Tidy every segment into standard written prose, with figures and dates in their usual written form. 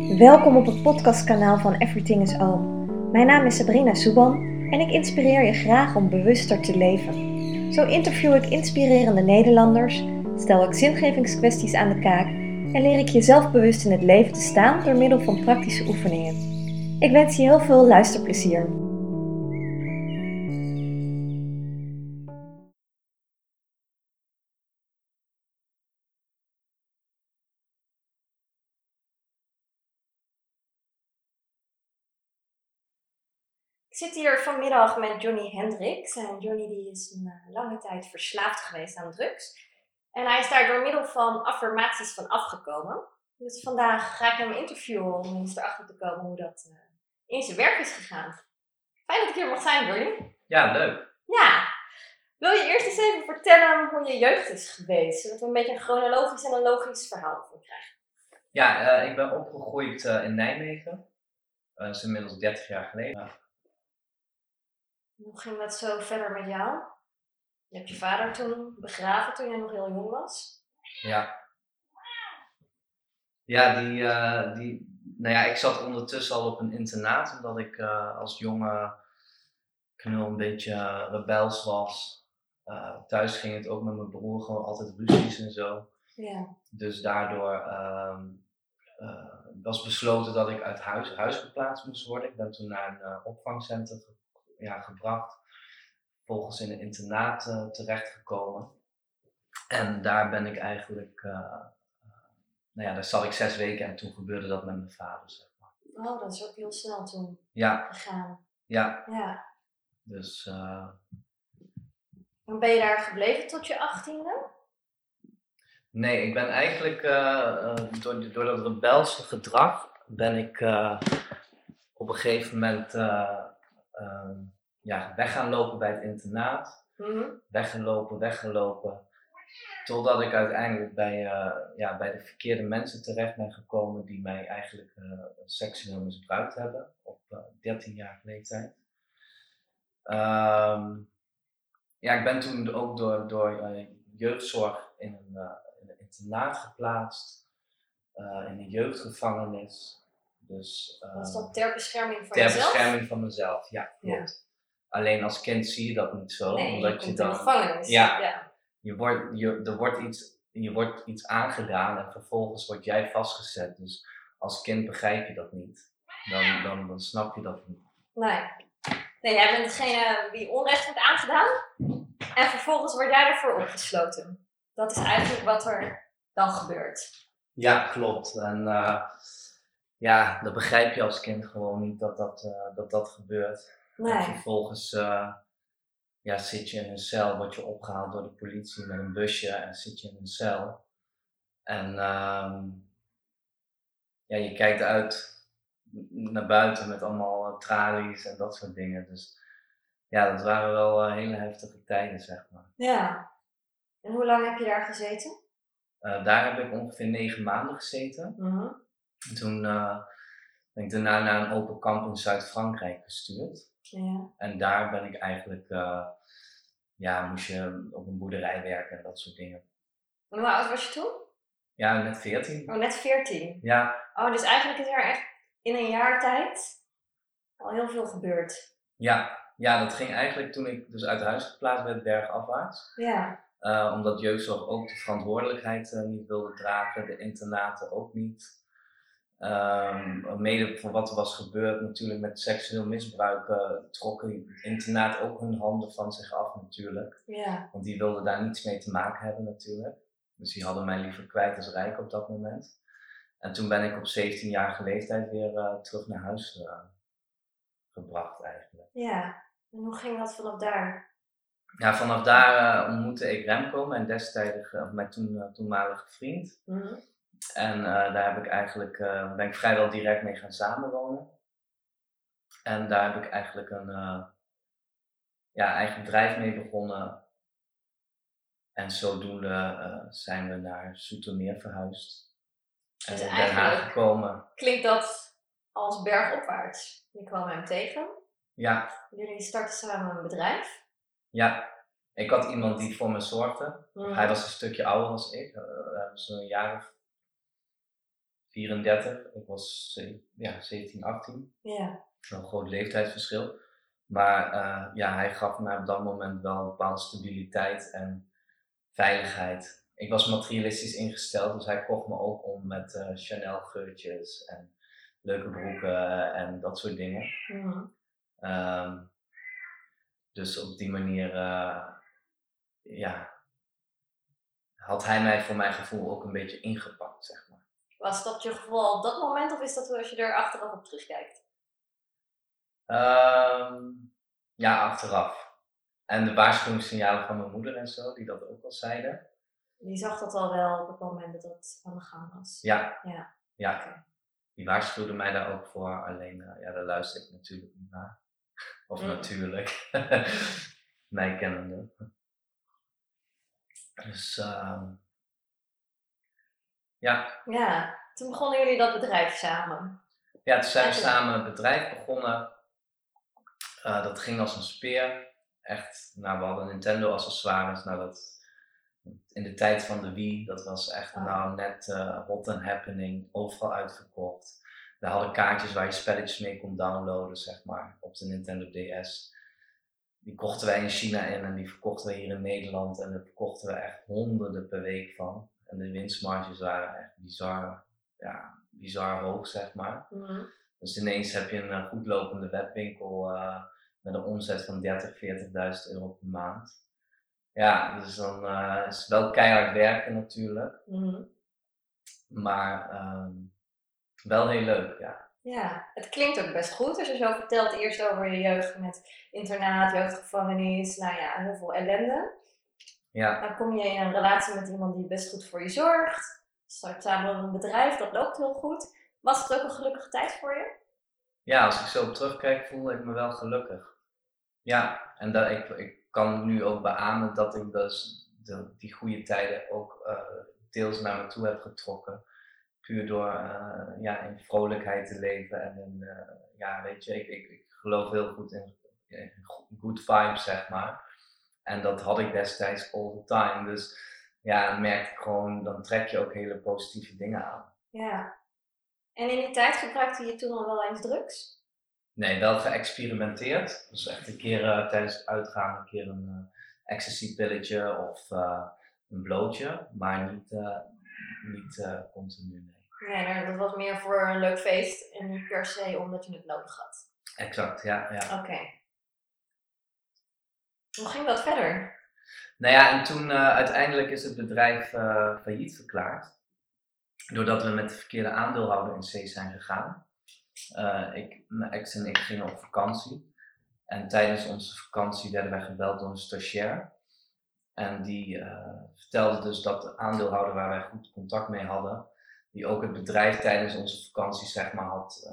Welkom op het podcastkanaal van Everything is All. Mijn naam is Sabrina Soeban en ik inspireer je graag om bewuster te leven. Zo interview ik inspirerende Nederlanders, stel ik zingevingskwesties aan de kaak en leer ik je zelfbewust in het leven te staan door middel van praktische oefeningen. Ik wens je heel veel luisterplezier. Ik zit hier vanmiddag met Johnny Hendricks en Johnny die is een lange tijd verslaafd geweest aan drugs. En hij is daar door middel van affirmaties van afgekomen. Dus vandaag ga ik hem interviewen om eens erachter te komen hoe dat in zijn werk is gegaan. Fijn dat ik hier mag zijn, Johnny. Ja, leuk. Ja. Wil je eerst eens even vertellen hoe je jeugd is geweest? Zodat we een beetje een chronologisch en een logisch verhaal van krijgen. Ja, ik ben opgegroeid in Nijmegen. Dat is inmiddels 30 jaar geleden. Hoe ging dat zo verder met jou? Je hebt je vader toen begraven toen jij nog heel jong was. Ja. Ja, ik zat ondertussen al op een internaat, omdat ik als jonge knul een beetje rebels was. Thuis ging het ook met mijn broer gewoon altijd ruzies en zo. Ja. Dus daardoor was besloten dat ik uit huis geplaatst moest worden. Ik ben toen naar een opvangcentrum gebracht. Vervolgens in een internaat terechtgekomen. En daar ben ik eigenlijk, daar zat ik 6 weken en toen gebeurde dat met mijn vader, zeg maar. Oh, dat is ook heel snel toen gegaan. Ja. Ja. Dus. En ben je daar gebleven tot je 18e? Nee, ik ben eigenlijk door dat rebelse gedrag ben ik op een gegeven moment weg gaan lopen bij het internaat. Mm-hmm. Weggelopen. Totdat ik uiteindelijk bij de verkeerde mensen terecht ben gekomen die mij eigenlijk seksueel misbruikt hebben op 13-jarige leeftijd. Ik ben toen ook door jeugdzorg in een internaat geplaatst, in een jeugdgevangenis. Dus, was dat ter bescherming van ter jezelf? Ter bescherming van mezelf, ja, klopt. Ja. Alleen als kind zie je dat niet zo. Nee, omdat je dan in de gevangenis. Ja. Je wordt iets aangedaan en vervolgens word jij vastgezet. Dus als kind begrijp je dat niet. Dan snap je dat niet. Nee, jij bent degene die onrecht wordt aangedaan. En vervolgens word jij ervoor opgesloten. Dat is eigenlijk wat er dan gebeurt. Ja, klopt. En dat begrijp je als kind gewoon niet dat gebeurt. Nee. En vervolgens zit je in een cel, word je opgehaald door de politie met een busje en zit je in een cel. En je kijkt uit naar buiten met allemaal tralies en dat soort dingen. Dus ja, dat waren wel hele heftige tijden, zeg maar. Ja. En hoe lang heb je daar gezeten? Daar heb ik ongeveer 9 maanden gezeten. Mm-hmm. En toen ben ik daarna naar een open kamp in Zuid-Frankrijk gestuurd. Ja. En daar ben ik eigenlijk, moest je op een boerderij werken en dat soort dingen. En hoe oud was je toen? Ja, net 14. Oh, net 14? Ja. Oh, dus eigenlijk is er echt in een jaar tijd al heel veel gebeurd. Ja, dat ging eigenlijk toen ik dus uit huis geplaatst werd bergafwaarts. Ja. Omdat jeugdzorg ook de verantwoordelijkheid niet wilde dragen, de internaten ook niet. Mede voor wat er was gebeurd natuurlijk met seksueel misbruik trok het internaat ook hun handen van zich af natuurlijk. Ja. Want die wilden daar niets mee te maken hebben natuurlijk. Dus die hadden mij liever kwijt als rijk op dat moment. En toen ben ik op 17-jarige leeftijd weer terug naar huis gebracht eigenlijk. Ja, en hoe ging dat vanaf daar? Ja, vanaf daar ontmoette ik Remco, mijn mijn toenmalige vriend. Mm-hmm. En daar heb ik eigenlijk, ben ik vrijwel direct mee gaan samenwonen. En daar heb ik eigenlijk een eigen bedrijf mee begonnen. En zodoende zijn we naar Zoetermeer verhuisd. En Dus in Den Haag gekomen. Klinkt dat als bergopwaarts? Je kwam hem tegen. Ja. Jullie startten samen een bedrijf. Ja. Ik had iemand die voor me zorgde. Mm. Hij was een stukje ouder dan ik. Zo'n jaar of 34, ik was 17, 18. Ja. Een groot leeftijdsverschil. Maar hij gaf mij op dat moment wel een bepaalde stabiliteit en veiligheid. Ik was materialistisch ingesteld, dus hij kocht me ook om met Chanel geurtjes en leuke broeken en dat soort dingen. Mhm. Dus op die manier had hij mij voor mijn gevoel ook een beetje ingepakt, zeg maar. Was dat je gevoel op dat moment of is dat als je er achteraf op terugkijkt? Achteraf. En de waarschuwingssignalen van mijn moeder en zo, die dat ook al zeiden. Die zag dat al wel op het moment dat het aan de gang was? Ja. Okay. Die waarschuwde mij daar ook voor, alleen daar luister ik natuurlijk niet naar. Of natuurlijk, mij kennende. Dus Ja, toen begonnen jullie dat bedrijf samen. Ja, toen zijn we samen een bedrijf begonnen. Dat ging als een speer. Echt, we hadden Nintendo accessoires. In de tijd van de Wii, dat was echt net hot and happening. Overal uitverkocht. We hadden kaartjes waar je spelletjes mee kon downloaden, zeg maar, op de Nintendo DS. Die kochten wij in China in en die verkochten we hier in Nederland. En daar verkochten we echt honderden per week van. En de winstmarges waren echt bizar hoog, zeg maar. Mm-hmm. Dus ineens heb je een goed lopende webwinkel met een omzet van 30.000, 40.000 euro per maand. Ja, dus dan is het wel keihard werken natuurlijk. Mm-hmm. Maar wel heel leuk, ja. Ja, het klinkt ook best goed als je zo vertelt eerst over je jeugd met internaat, jeugdgevangenis, heel veel ellende. Ja. Dan kom je in een relatie met iemand die best goed voor je zorgt. Start samen een bedrijf, dat loopt heel goed. Was het ook een gelukkige tijd voor je? Ja, als ik zo op terugkijk, voelde ik me wel gelukkig. Ja, en ik kan nu ook beamen dat ik dus die goede tijden ook deels naar me toe heb getrokken. Puur door in vrolijkheid te leven en ik geloof heel goed in good vibes, zeg maar. En dat had ik destijds all the time. Dus dan merk ik gewoon, dan trek je ook hele positieve dingen aan. Ja. En in die tijd gebruikte je toen al wel eens drugs? Nee, wel geëxperimenteerd. Dus echt een keer tijdens het uitgaan een keer een ecstasy-pilletje of een blootje, maar niet continu, nee. Nee, dat was meer voor een leuk feest en niet per se omdat je het nodig had. Exact, ja. Oké. Hoe ging dat verder? Nou ja, en toen uiteindelijk is het bedrijf failliet verklaard. Doordat we met de verkeerde aandeelhouder in C zijn gegaan. Mijn ex en ik gingen op vakantie. En tijdens onze vakantie werden wij gebeld door een stagiair. En die vertelde dus dat de aandeelhouder waar wij goed contact mee hadden, die ook het bedrijf tijdens onze vakantie, zeg maar, had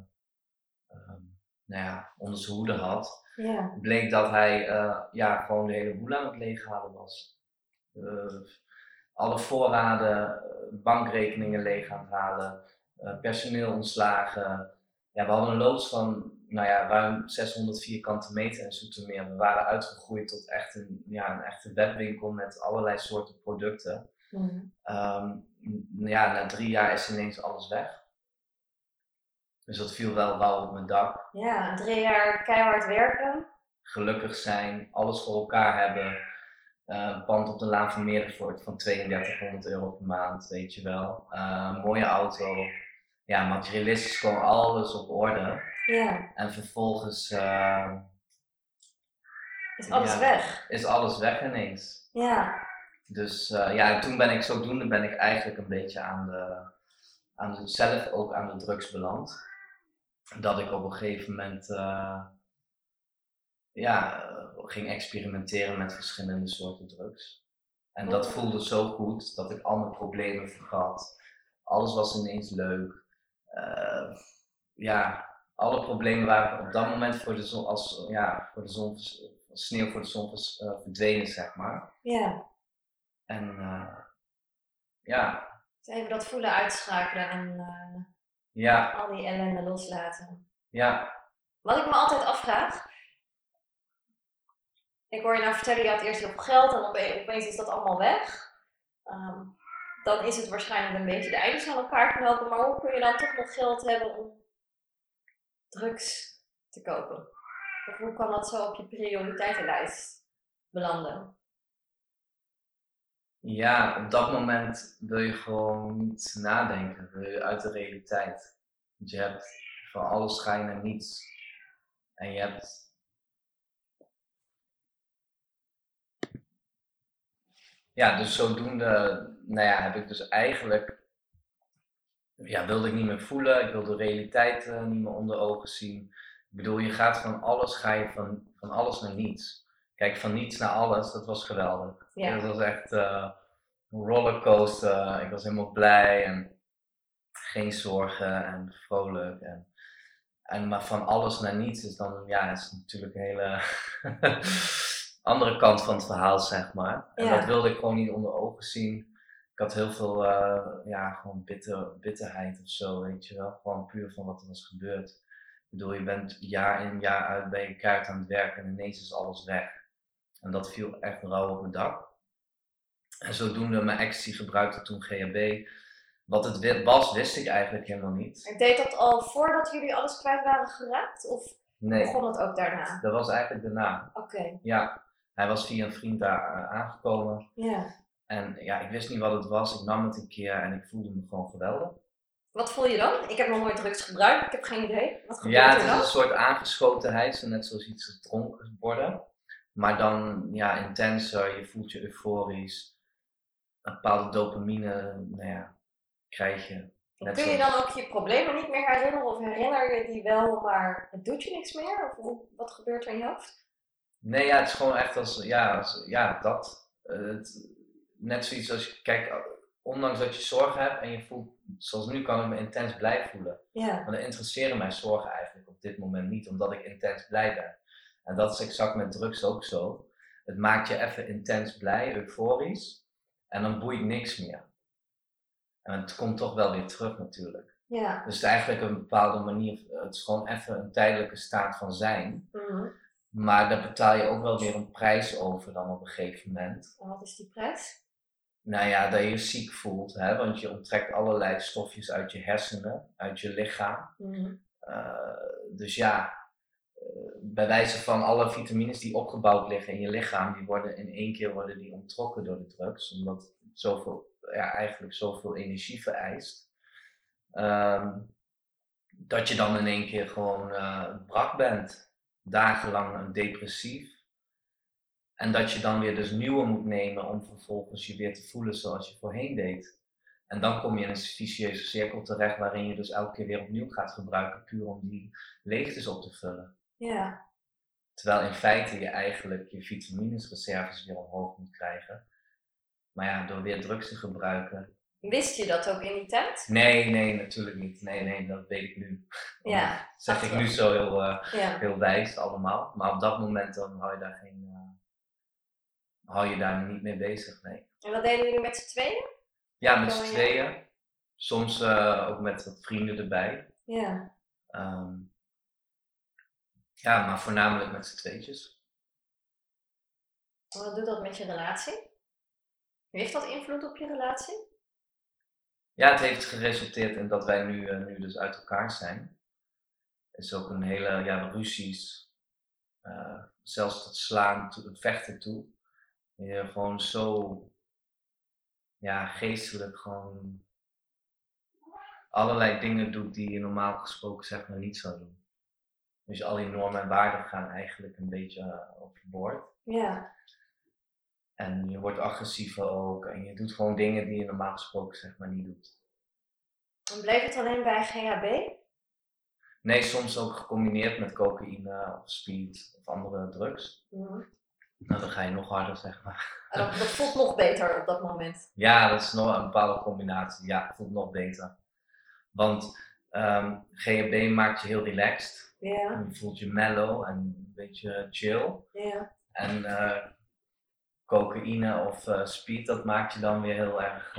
onder zijn hoede had. Ja. Bleek dat hij gewoon de hele boel aan het leeghalen was. Alle voorraden, bankrekeningen leeg aan het halen, personeel ontslagen. Ja, we hadden een loods van ruim 600 vierkante meter in Zoetermeer. We waren uitgegroeid tot echt een echte webwinkel met allerlei soorten producten. Mm. Na 3 jaar is ineens alles weg. Dus dat viel wel rauw op mijn dak. Ja, 3 jaar keihard werken. Gelukkig zijn, alles voor elkaar hebben. Pand op de Laan van Meerdervoort van 3200 euro per maand, weet je wel. Mooie auto. Ja, materialistisch gewoon alles op orde. Ja. En vervolgens is alles weg. Is alles weg ineens. Ja. Dus en toen ben ik eigenlijk een beetje zelf ook aan de drugs beland. Dat ik op een gegeven moment ging experimenteren met verschillende soorten drugs. En dat voelde zo goed dat ik al mijn problemen vergat. Alles was ineens leuk. Alle problemen waren op dat moment voor de zon, sneeuw voor de zon verdwenen, zeg maar. Ja. En Dus even dat voelen uitschakelen en al die ellende loslaten. Ja. Wat ik me altijd afvraag. Ik hoor je nou vertellen, je had eerst heel veel geld en opeens is dat allemaal weg. dan is het waarschijnlijk een beetje de eindjes aan elkaar knopen. Maar hoe kun je dan toch nog geld hebben om drugs te kopen? Of hoe kan dat zo op je prioriteitenlijst belanden? Ja, op dat moment wil je gewoon niet nadenken, wil je uit de realiteit. Want je hebt van alles ga je naar niets. En je hebt... Ja, dus zodoende, nou ja, heb ik dus eigenlijk... Ja, wilde ik niet meer voelen, ik wilde de realiteit niet meer onder ogen zien. Ik bedoel, je gaat van alles, ga je van alles naar niets. Kijk, van niets naar alles, dat was geweldig. Ja. Dat was echt een rollercoaster. Ik was helemaal blij en geen zorgen en vrolijk. Maar van alles naar niets is dan, ja, is natuurlijk een hele andere kant van het verhaal, zeg maar. En Ja. dat wilde ik gewoon niet onder ogen zien. Ik had heel veel, ja, gewoon bitterheid of zo, weet je wel. Gewoon puur van wat er was gebeurd. Ik bedoel, je bent jaar in jaar uit bij je kaart aan het werk en ineens is alles weg. En dat viel echt rauw op mijn dak. En zodoende, mijn ex die gebruikte toen GHB. Wat het was, wist ik eigenlijk helemaal niet. En deed dat al voordat jullie alles kwijt waren geraakt? Of Nee, begon het ook daarna? dat was eigenlijk daarna. Oké. Ja, hij was via een vriend daar aangekomen. Ja. En ja, ik wist niet wat het was. Ik nam het een keer en ik voelde me gewoon geweldig. Wat voel je dan? Ik heb nog nooit drugs gebruikt, ik heb geen idee. Wat gebeurt Ja, er het dan? is een soort aangeschotenheid, zo net zoals iets gedronken worden. Maar dan ja, intenser, je voelt je euforisch. Een bepaalde dopamine, nou ja, krijg je. Net Kun je zoals... dan ook je problemen niet meer herinneren? Of herinner je die wel, maar het doet je niks meer? Of wat gebeurt er in je hoofd? Nee, ja, het is gewoon echt ja, dat. Net zoiets als, kijk, ondanks dat je zorgen hebt en je voelt, zoals nu kan ik me intens blij voelen. Ja. Maar dan interesseren mij zorgen eigenlijk op dit moment niet, omdat ik intens blij ben. En dat is exact met drugs ook zo. Het maakt je even intens blij, euforisch, en dan boeit niks meer. En het komt toch wel weer terug natuurlijk. Ja. Dus het is eigenlijk een bepaalde manier, het is gewoon even een tijdelijke staat van zijn. Mm-hmm. Maar daar betaal je ook wel weer een prijs over dan op een gegeven moment. En wat is die prijs? Nou ja, dat je je ziek voelt, hè? Want je onttrekt allerlei stofjes uit je hersenen, uit je lichaam. Mm-hmm. Dus ja, bij wijze van alle vitamines die opgebouwd liggen in je lichaam, die worden in één keer onttrokken door de drugs, omdat het eigenlijk zoveel energie vereist. Dat je dan in één keer gewoon brak bent, dagenlang depressief. En dat je dan weer dus nieuwe moet nemen om vervolgens je weer te voelen zoals je voorheen deed. En dan kom je in een vicieuze cirkel terecht waarin je dus elke keer weer opnieuw gaat gebruiken, puur om die leegtes op te vullen. Ja. Terwijl in feite je eigenlijk je vitaminesreserves weer omhoog moet krijgen. Maar ja, door weer drugs te gebruiken. Wist je dat ook in die tijd? Nee, natuurlijk niet. Nee, dat weet ik nu. Ja. Dat zeg ik nu zo Ja. heel wijs allemaal. Maar op dat moment dan hou je daar niet mee bezig, nee. En wat deden jullie met z'n tweeën? Ja, met z'n tweeën. Soms ook met wat vrienden erbij. Ja. Ja, maar voornamelijk met z'n tweetjes. En wat doet dat met je relatie? Heeft dat invloed op je relatie? Ja, het heeft geresulteerd in dat wij nu dus uit elkaar zijn. Er is ook een hele, ruzies. Zelfs tot slaan, vechten toe. Je gewoon zo, geestelijk gewoon allerlei dingen doet die je normaal gesproken zeg maar niet zou doen. Dus al die normen en waarden gaan eigenlijk een beetje overboord. Ja. En je wordt agressiever ook en je doet gewoon dingen die je normaal gesproken zeg maar niet doet. En bleef het alleen bij GHB? Nee, soms ook gecombineerd met cocaïne of speed of andere drugs. Mm-hmm. Nou, dan ga je nog harder zeg maar. En dat voelt nog beter op dat moment? Ja, dat is nog een bepaalde combinatie. Ja, het voelt nog beter. Want GHB maakt je heel relaxed. Ja. Je voelt je mellow en een beetje chill. Ja. En cocaïne of speed, dat maakt je dan weer heel erg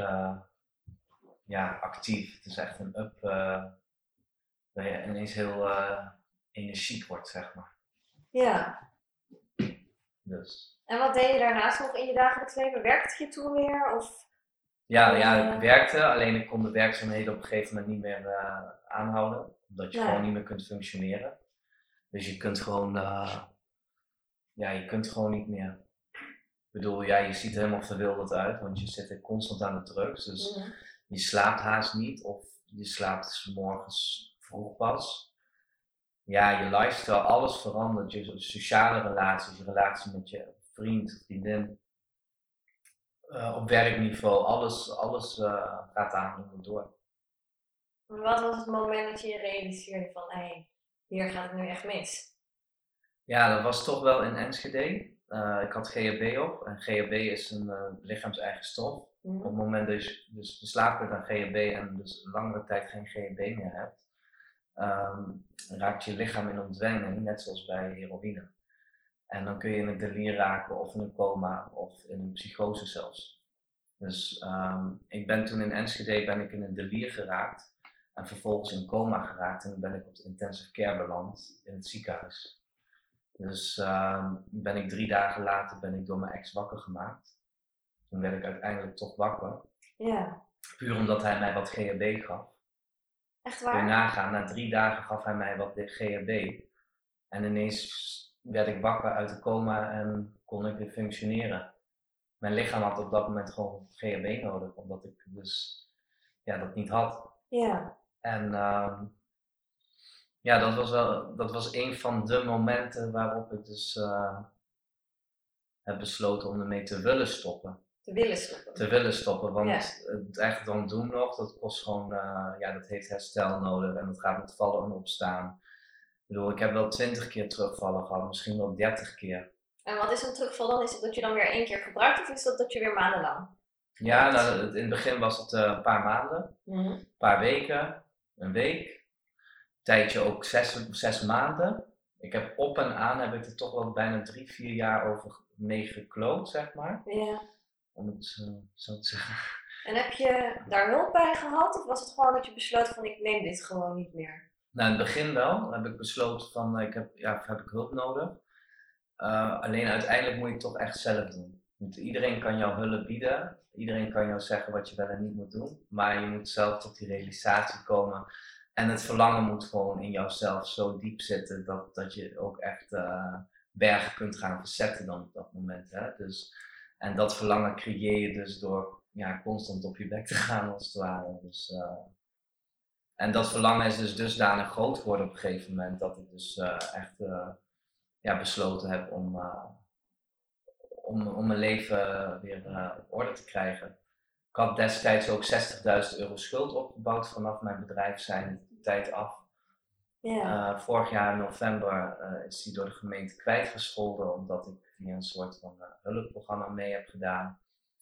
actief. Het is echt een up, dat je ineens heel energiek wordt, zeg maar. Ja. Dus. En wat deed je daarnaast nog in je dagelijks leven? Werkte je toen weer? Of Ja, het werkte, alleen ik kon de werkzaamheden op een gegeven moment niet meer aanhouden. Omdat je Nee. gewoon niet meer kunt functioneren. Dus je kunt gewoon, je kunt gewoon niet meer. Ik bedoel, je ziet er helemaal verwilderd uit, want je zit er constant aan de drugs. Dus je slaapt haast niet of je slaapt 's morgens vroeg pas. Ja, je lifestyle, alles verandert. Je sociale relaties, je relatie met je vriend of vriendin. Op werkniveau, alles gaat daar door. Wat was het moment dat je realiseerde van, hé, hier gaat het nu echt mis? Ja, dat was toch wel in Enschede. Ik had GHB op en GHB is een lichaams-eigen stof. Op het moment dat je dus verslaafd bent aan GHB en dus langere tijd geen GHB meer hebt, raakt je lichaam in ontwenning, net zoals bij heroïne. En dan kun je in een delier raken of in een coma of in een psychose zelfs. Dus ik ben toen in Enschede in een delier geraakt en vervolgens in coma geraakt en dan ben ik op de intensive care beland in het ziekenhuis. Dus ben ik 3 dagen later door mijn ex wakker gemaakt. Toen werd ik uiteindelijk toch wakker. Ja. Puur omdat hij mij wat GHB gaf. Echt waar? Kun je nagaan, na 3 dagen gaf hij mij wat GHB. En ineens werd ik wakker uit de coma en kon ik weer functioneren. Mijn lichaam had op dat moment gewoon GHB nodig, omdat ik dus dat niet had. Ja. En dat was een van de momenten waarop ik dus heb besloten om ermee te willen stoppen. Te willen stoppen, want het echt dan doen nog, dat kost gewoon, dat heeft herstel nodig en dat gaat met vallen en opstaan. Ik bedoel, ik heb wel 20 keer terugvallen gehad, misschien wel 30 keer. En wat is een terugval dan? Is het dat je dan weer 1 keer gebruikt of is dat je weer maandenlang? Ja, nou, in het begin was het een paar maanden, een paar weken, een week. Tijdje ook 6 maanden. Ik heb op en aan heb ik er toch wel bijna 3-4 jaar over mee gekloot, zeg maar. Ja. Om het zo te zeggen. En heb je daar hulp bij gehad of was het gewoon dat je besloot van ik neem dit gewoon niet meer? Nou, in het begin wel. Heb ik besloten van heb ik hulp nodig. Alleen uiteindelijk moet je het toch echt zelf doen. Iedereen kan jou hulp bieden. Iedereen kan jou zeggen wat je wel en niet moet doen. Maar je moet zelf tot die realisatie komen. En het verlangen moet gewoon in jouzelf zo diep zitten dat je ook echt bergen kunt gaan verzetten dan op dat moment. Hè? Dus, en dat verlangen creëer je dus door constant op je bek te gaan als het ware. Dus, en dat verlangen is dus dusdanig groot geworden op een gegeven moment dat ik dus echt besloten heb om mijn leven weer op orde te krijgen. Ik had destijds ook €60.000 schuld opgebouwd vanaf mijn bedrijf zijn tijd af. Ja. Vorig jaar in november is die door de gemeente kwijtgescholden omdat ik via een soort van hulpprogramma mee heb gedaan.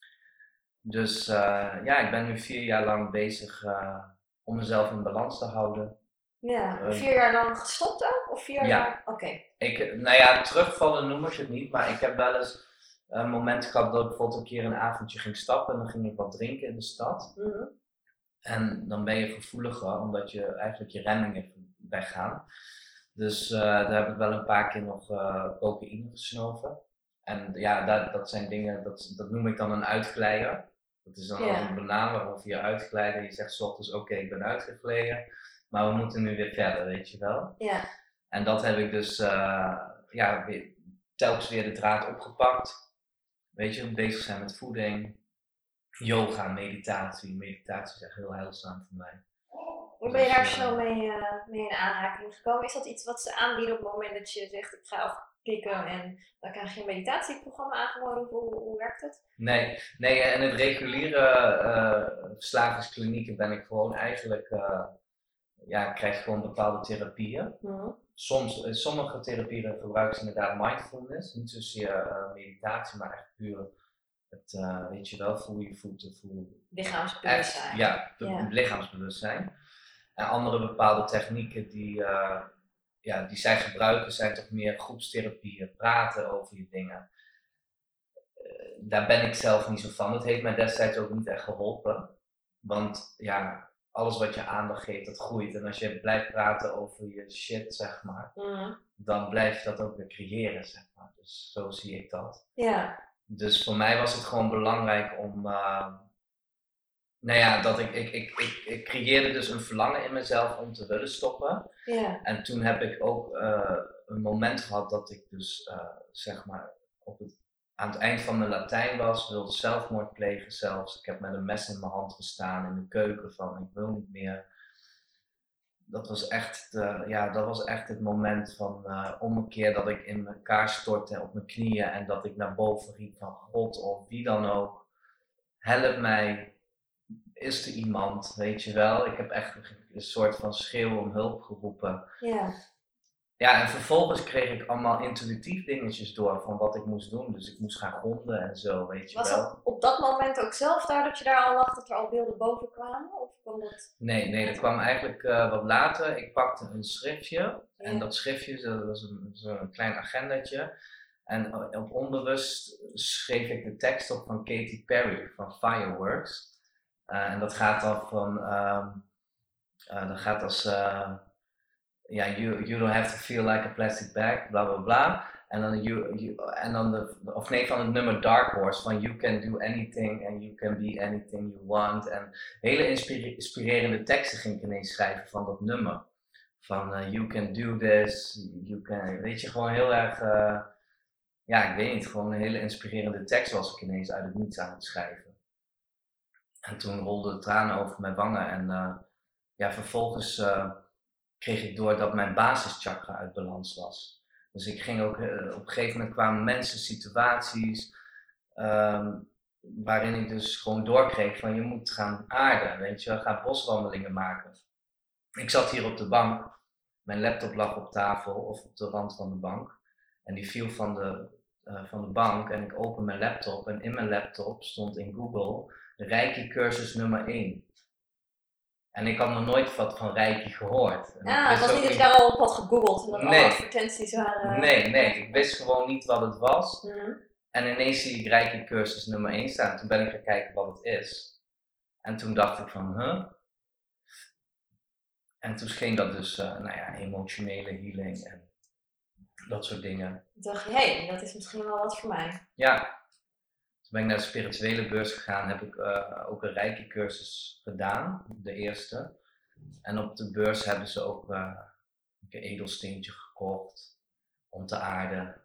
Dus ik ben nu 4 jaar lang bezig om mezelf in balans te houden. Ja, 4 jaar lang gestopt ook? Of 4 jaar? Oké. Terugvallen noem ik het niet, maar ik heb wel eens een moment gehad dat ik bijvoorbeeld een keer een avondje ging stappen en dan ging ik wat drinken in de stad. En dan ben je gevoeliger, omdat je eigenlijk je remmingen weggaan. Dus daar heb ik wel een paar keer nog cocaïne gesnoven. En dat zijn dingen, dat noem ik dan een uitglijder. Dat is dan een banaan waarop je uitglijden. Je zegt 's ochtends, oké, ik ben uitgegleden, maar we moeten nu weer verder, weet je wel. Ja. En dat heb ik dus telkens weer de draad opgepakt. Weet je, bezig zijn met voeding, yoga, meditatie. Meditatie is echt heel heilzaam voor mij. Hoe ben je daar zo mee in aanraking gekomen? Is dat iets wat ze aanbieden op het moment dat je zegt ik ga afklikken en dan krijg je een meditatieprogramma aangeboden? Hoe werkt het? Nee, in het reguliere verslavingsklinieken ben ik gewoon eigenlijk, krijg je gewoon bepaalde therapieën. Sommige therapieën gebruiken ze inderdaad mindfulness, niet zozeer meditatie, maar echt puur het, weet je wel, voel je voeten, voel lichaamsbewustzijn. Lichaamsbewustzijn. En andere bepaalde technieken die zij gebruiken zijn toch meer groepstherapieën, praten over je dingen. Daar ben ik zelf niet zo van. Dat heeft mij destijds ook niet echt geholpen. Want alles wat je aandacht geeft, dat groeit. En als je blijft praten over je shit, zeg maar, dan blijf je dat ook weer creëren, zeg maar. Dus zo zie ik dat. Ja. Dus voor mij was het gewoon belangrijk om Nou ja, dat ik creëerde dus een verlangen in mezelf om te willen stoppen. Ja. En toen heb ik ook een moment gehad dat ik dus zeg maar aan het eind van mijn Latijn was, wilde zelfmoord plegen zelfs. Ik heb met een mes in mijn hand gestaan in de keuken van ik wil niet meer. Dat was echt het moment van ommekeer dat ik in elkaar stortte op mijn knieën en dat ik naar boven riep van God of wie dan ook, help mij. Is er iemand, weet je wel? Ik heb echt een soort van schreeuw om hulp geroepen. Ja. Ja, en vervolgens kreeg ik allemaal intuïtief dingetjes door van wat ik moest doen. Dus ik moest gaan gronden en zo, weet je Was wel. dat op dat moment ook zelf daar dat je daar al lag, dat er al beelden boven kwamen? Of kwam dat... Nee, dat kwam eigenlijk wat later. Ik pakte een schriftje. En Ja. dat schriftje, dat was zo'n klein agendatje. En op onbewust schreef ik de tekst op van Katy Perry van Fireworks. En dat gaat dan van, dat gaat als, you don't have to feel like a plastic bag, bla bla bla. En dan van het nummer Dark Horse van You can do anything and you can be anything you want. En hele inspirerende teksten ging ik ineens schrijven van dat nummer. Van you can do this, you can, weet je, gewoon heel erg, ik weet niet, gewoon een hele inspirerende tekst was ik ineens uit het niets aan het schrijven. En toen rolden de tranen over mijn wangen en vervolgens kreeg ik door dat mijn basischakra uit balans was. Dus ik ging ook, op een gegeven moment kwamen mensen, situaties, waarin ik dus gewoon doorkreeg van je moet gaan aarden, weet je, ga boswandelingen maken. Ik zat hier op de bank, mijn laptop lag op tafel of op de rand van de bank en die viel van de bank en ik open mijn laptop en in mijn laptop stond in Google Reiki cursus nummer 1. En ik had nog nooit wat van Reiki gehoord. Ja, het was niet dat je daar al op had gegoogeld en dat alle advertenties waren... Nee, ik wist gewoon niet wat het was. Mm-hmm. En ineens zie ik Reiki cursus nummer 1 staan. Toen ben ik gaan kijken wat het is. En toen dacht ik van, En toen ging dat dus, emotionele healing en dat soort dingen. Toen dacht je, dat is misschien wel wat voor mij. Ja. Toen ben ik naar de spirituele beurs gegaan, heb ik ook een Reiki cursus gedaan, de eerste. En op de beurs hebben ze ook een edelsteentje gekocht om te aarden.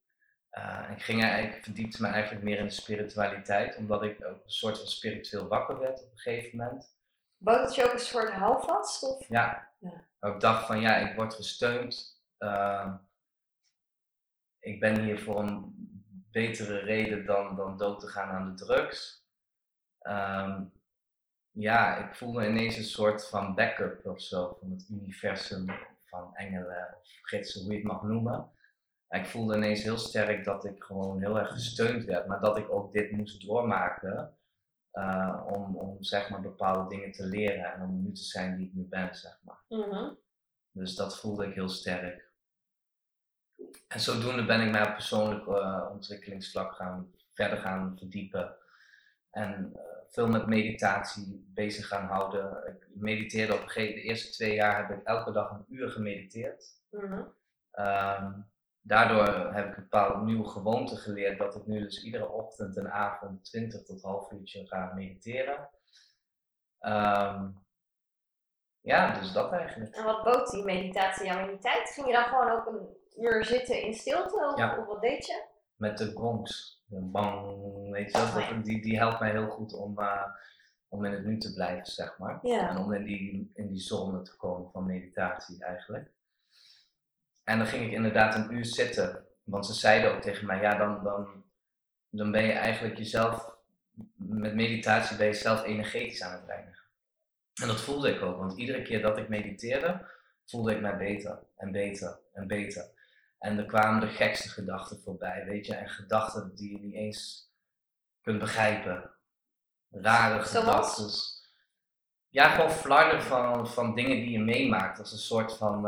Ik verdiepte me eigenlijk meer in de spiritualiteit, omdat ik ook een soort van spiritueel wakker werd op een gegeven moment. Bood het je ook een soort houvast? Of? Ja. Ik dacht van ik word gesteund. Ik ben hier voor een betere reden dan dood te gaan aan de drugs. Ik voelde ineens een soort van backup of zo van het universum, van engelen of gidsen, hoe je het mag noemen. Ik voelde ineens heel sterk dat ik gewoon heel erg gesteund werd, maar dat ik ook dit moest doormaken om zeg maar bepaalde dingen te leren en om nu te zijn die ik nu ben, zeg maar. Mm-hmm. Dus dat voelde ik heel sterk. En zodoende ben ik mij op persoonlijk ontwikkelingsvlak verder gaan verdiepen. En veel met meditatie bezig gaan houden. Ik mediteerde de eerste 2 jaar heb ik elke dag 1 uur gemediteerd. Mm-hmm. Daardoor heb ik een bepaalde nieuwe gewoonte geleerd dat ik nu dus iedere ochtend en avond 20 tot half uurtje ga mediteren. Dus dat eigenlijk. En wat bood die meditatie jou in die tijd? Ging je dan gewoon ook 1 uur zitten in stilte of wat deed je? Met de gongs. Bang, weet je wel, die helpt mij heel goed om in het nu te blijven, zeg maar. Ja. En om in die zone te komen van meditatie eigenlijk. En dan ging ik inderdaad 1 uur zitten. Want ze zeiden ook tegen mij, dan ben je eigenlijk jezelf, met meditatie ben je zelf energetisch aan het reinigen. En dat voelde ik ook, want iedere keer dat ik mediteerde, voelde ik mij beter en beter en beter. En er kwamen de gekste gedachten voorbij, weet je, en gedachten die je niet eens kunt begrijpen. Rare gedachten. Ja, gewoon flarden van dingen die je meemaakt, als een soort van,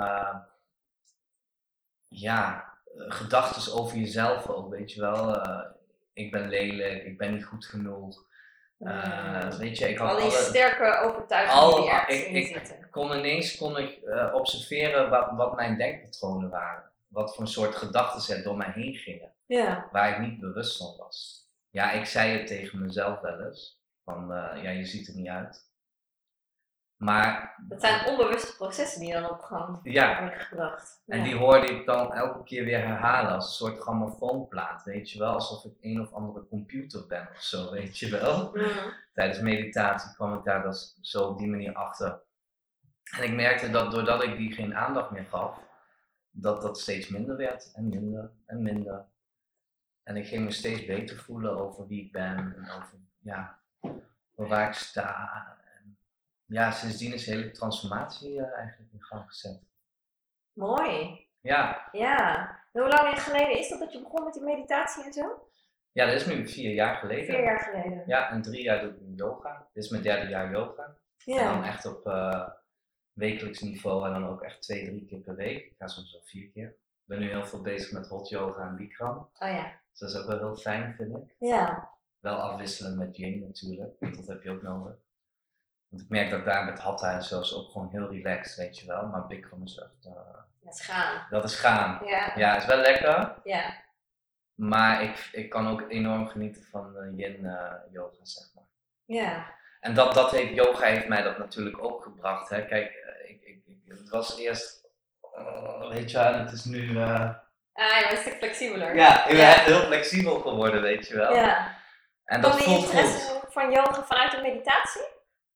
gedachten over jezelf ook, weet je wel. Ik ben lelijk, ik ben niet goed genoeg. Weet je, ik had al die sterke overtuigingen die ergens in zitten. Kon ik observeren wat mijn denkpatronen waren. Wat voor een soort gedachten er door mij heen gingen. Ja. Waar ik niet bewust van was. Ja, ik zei het tegen mezelf wel eens. Van, je ziet er niet uit. Maar... Dat zijn onbewuste processen die dan op gang worden gebracht. En die hoorde ik dan elke keer weer herhalen als een soort grammofoonplaat, weet je wel. Alsof ik een of andere computer ben of zo, weet je wel. Tijdens meditatie kwam ik daar dus zo op die manier achter. En ik merkte dat doordat ik die geen aandacht meer gaf, dat steeds minder werd en minder en minder. En ik ging me steeds beter voelen over wie ik ben en over waar ik sta. En sindsdien is de hele transformatie eigenlijk in gang gezet. Mooi. Ja. En hoe lang geleden is dat je begon met die meditatie en zo? Ja, dat is nu 4 jaar geleden. 4 jaar geleden. Ja, en 3 jaar doe ik nu yoga. Dit is mijn 3e jaar yoga. Ja. En dan echt op wekelijks niveau en dan ook echt 2-3 keer per week. Ik ga soms wel 4 keer. Ik ben nu heel veel bezig met hot yoga en Bikram. Oh ja. Dus dat is ook wel heel fijn, vind ik. Ja. Wel afwisselen met yin natuurlijk, want dat heb je ook nodig. Want ik merk dat daar met hatha en zo is ook gewoon heel relaxed, weet je wel. Maar Bikram is echt... dat is gaan. Dat is gaan. Ja. Ja, is wel lekker. Ja. Maar ik kan ook enorm genieten van yin yoga, zeg maar. Ja. En yoga heeft mij dat natuurlijk ook gebracht. Hè. Kijk, het was eerst, weet je wel, het is nu... je bent een stuk flexibeler. Ja, ik ben echt heel flexibel geworden, weet je wel. Ja. En dat kwam die interesse van yoga vanuit de meditatie?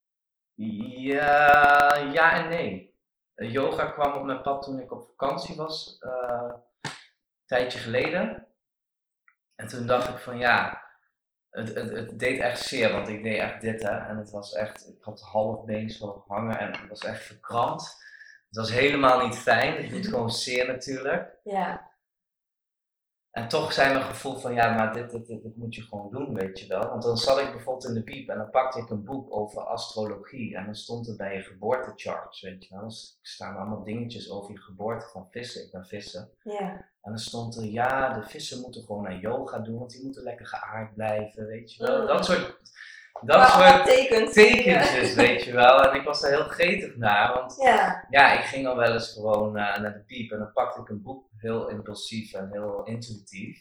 Ja en nee. Yoga kwam op mijn pad toen ik op vakantie was, een tijdje geleden. En toen dacht ik van het deed echt zeer, want ik deed echt dit en het was echt, ik had half been zo hangen en het was echt verkrampt. Het was helemaal niet fijn, het doet gewoon zeer natuurlijk. Ja. En toch zei mijn gevoel van maar dit moet je gewoon doen, weet je wel. Want dan zat ik bijvoorbeeld in de biep en dan pakte ik een boek over astrologie en dan stond het bij je geboortecharts, weet je wel. Dus er staan allemaal dingetjes over je geboorte van vissen, ik ben vissen. Ja. En dan stond er, de vissen moeten gewoon naar yoga doen, want die moeten lekker geaard blijven, weet je wel. Dat soort tekentjes, weet je wel. En ik was daar heel gretig naar, want ik ging al wel eens gewoon naar de piep en dan pakte ik een boek, heel impulsief en heel intuïtief.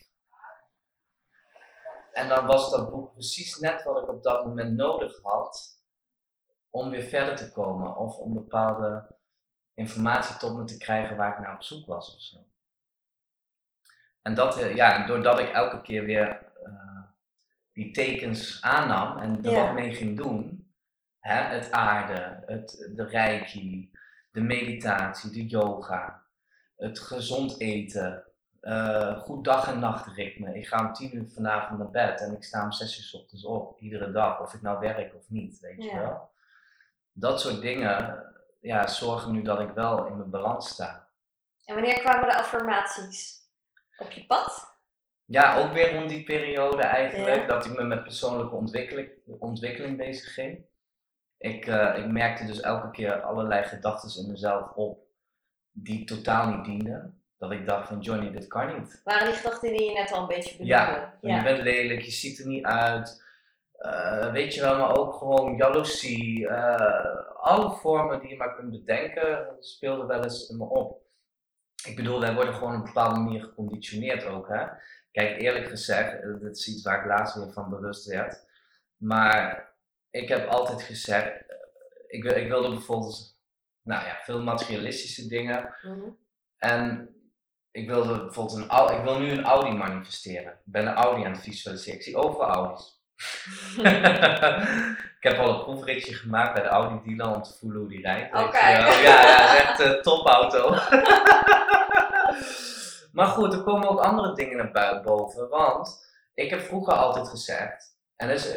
En dan was dat boek precies net wat ik op dat moment nodig had om weer verder te komen of om bepaalde informatie tot me te krijgen waar ik naar op zoek was of zo. En doordat ik elke keer weer die tekens aannam en er wat mee ging doen, het aarde, de reiki, de meditatie, de yoga, het gezond eten, goed dag- en nachtritme. Ik ga om 10 uur vanavond naar bed en ik sta om 6 uur 's ochtends op, iedere dag, of ik nou werk of niet, weet je wel. Dat soort dingen zorgen nu dat ik wel in mijn balans sta. En wanneer kwamen de affirmaties op je pad? Ja, ook weer om die periode eigenlijk, dat ik me met persoonlijke ontwikkeling bezig ging. Ik merkte dus elke keer allerlei gedachten in mezelf op die totaal niet dienden. Dat ik dacht van Johnny, dit kan niet. Waren die gedachten die je net al een beetje bedoelde? Ja, je bent lelijk, je ziet er niet uit. Weet je wel, maar ook gewoon jaloezie. Alle vormen die je maar kunt bedenken, speelden wel eens in me op. Ik bedoel, wij worden gewoon op een bepaalde manier geconditioneerd ook, hè. Kijk, eerlijk gezegd, dat is iets waar ik laatst weer van bewust werd. Maar ik heb altijd gezegd, ik wilde bijvoorbeeld, veel materialistische dingen. Mm-hmm. En ik wilde bijvoorbeeld ik wil nu een Audi manifesteren. Ik ben een Audi aan het visualiseren. Ik zie overal Audi's. Ik heb al een proefritje gemaakt bij de Audi dealer om te voelen hoe die rijdt. Okay. Ja, dat is echt een topauto. Maar goed, er komen ook andere dingen naar boven. Want ik heb vroeger altijd gezegd, en dat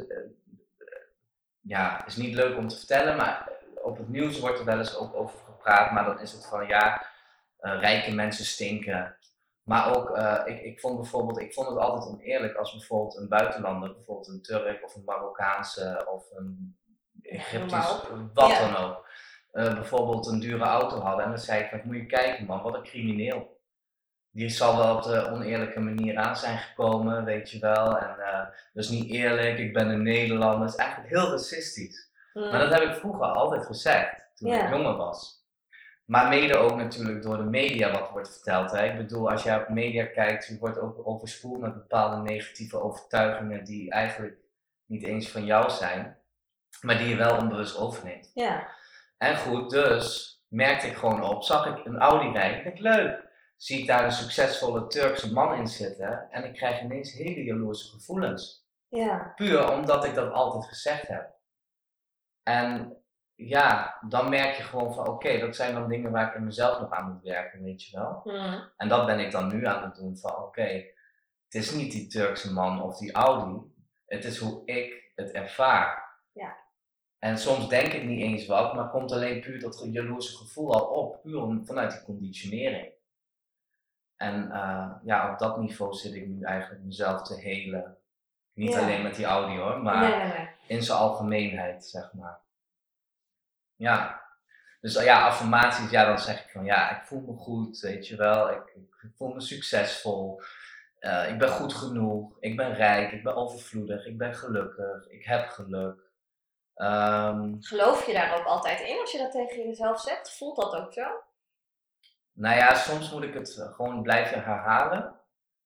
is niet leuk om te vertellen, maar op het nieuws wordt er wel eens ook over gepraat. Maar dan is het van rijke mensen stinken. Maar ook, ik vond het altijd oneerlijk als bijvoorbeeld een buitenlander, bijvoorbeeld een Turk of een Marokkaanse of een Egyptisch, wat dan ook, bijvoorbeeld een dure auto hadden. En dan zei ik van, moet je kijken man, wat een crimineel. Die zal wel op de oneerlijke manier aan zijn gekomen, weet je wel. En dat is niet eerlijk, ik ben een Nederlander. Dat is eigenlijk heel racistisch. Maar dat heb ik vroeger altijd gezegd, toen ik jonger was. Maar mede ook natuurlijk door de media wat wordt verteld. Hè. Ik bedoel, als jij op media kijkt, je wordt ook overspoeld met bepaalde negatieve overtuigingen die eigenlijk niet eens van jou zijn, maar die je wel onbewust overneemt. Ja. En goed, dus merkte ik gewoon op, zag ik een Audi rijden, ik leuk. Zie ik daar een succesvolle Turkse man in zitten en ik krijg ineens hele jaloerse gevoelens. Ja. Puur omdat ik dat altijd gezegd heb. En ja, dan merk je gewoon van oké, dat zijn dan dingen waar ik in mezelf nog aan moet werken, weet je wel. En dat ben ik dan nu aan het doen van oké, het is niet die Turkse man of die Audi, het is hoe ik het ervaar. Ja. En soms denk ik niet eens wat, maar komt alleen puur dat jaloerse gevoel al op, puur vanuit die conditionering. En ja, op dat niveau zit ik nu eigenlijk mezelf te helen. Niet alleen met die Audi hoor, maar in zijn algemeenheid, zeg maar. Ja. Dus ja, affirmaties, ja, dan zeg ik van ja, ik voel me goed, weet je wel. Ik voel me succesvol. Ik ben goed genoeg. Ik ben rijk. Ik ben overvloedig. Ik ben gelukkig. Ik heb geluk. Geloof je daar ook altijd in als je dat tegen jezelf zegt? Voelt dat ook zo? Nou ja, soms moet ik het gewoon blijven herhalen.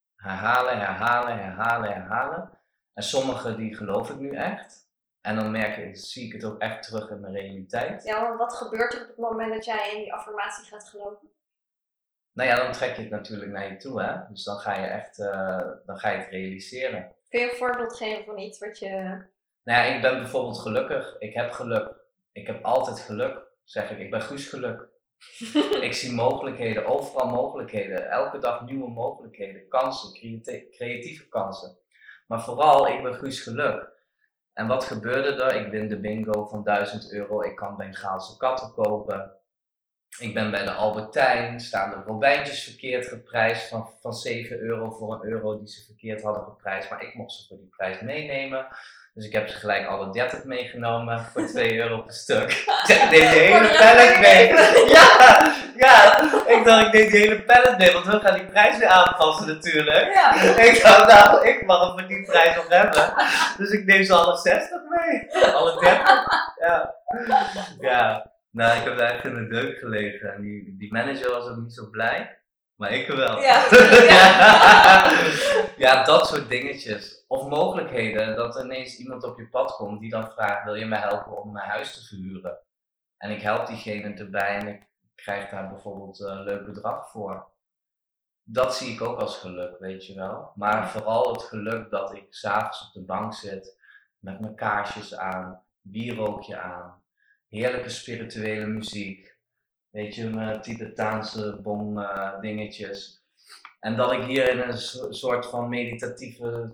Herhalen. En sommige die geloof ik nu echt. En dan zie ik het ook echt terug in mijn realiteit. Ja, maar wat gebeurt er op het moment dat jij in die affirmatie gaat geloven? Nou ja, dan trek je het natuurlijk naar je toe, hè. Dus dan ga je echt, dan ga je het realiseren. Kun je een voorbeeld geven van iets wat je... Nou ja, ik ben bijvoorbeeld gelukkig. Ik heb geluk. Ik heb altijd geluk, zeg ik. Ik ben Guus geluk. Ik zie mogelijkheden, overal mogelijkheden. Elke dag nieuwe mogelijkheden, kansen, creatieve kansen. Maar vooral, ik ben Guus geluk. En wat gebeurde er? Ik win de bingo van €1000. Ik kan Bengaalse katten kopen. Ik ben bij de Albertijn, staan de robijntjes verkeerd geprijsd van €7 voor €1 die ze verkeerd hadden geprijsd. Maar ik mocht ze voor die prijs meenemen. Dus ik heb ze gelijk alle 30 meegenomen voor €2 per stuk. Ik neem de hele pallet mee. Ja, ik dacht ik neem die hele pallet mee, want we gaan die prijs weer aanpassen natuurlijk. Ja. Ik dacht nou, ik mag hem voor die prijs nog hebben. Dus ik neem ze alle 60 mee. Alle 30. Ja. Nou, ik heb daar echt in de deuk gelegen en die manager was ook niet zo blij, maar ik wel. Ja, dat soort dingetjes. Of mogelijkheden, dat er ineens iemand op je pad komt die dan vraagt, wil je mij helpen om mijn huis te verhuren? En ik help diegene erbij en ik krijg daar bijvoorbeeld een leuk bedrag voor. Dat zie ik ook als geluk, weet je wel. Maar vooral het geluk dat ik 's avonds op de bank zit, met mijn kaarsjes aan, bierrookje aan. Heerlijke spirituele muziek, weet je, mijn Tibetaanse dingetjes. En dat ik hier in een soort van meditatieve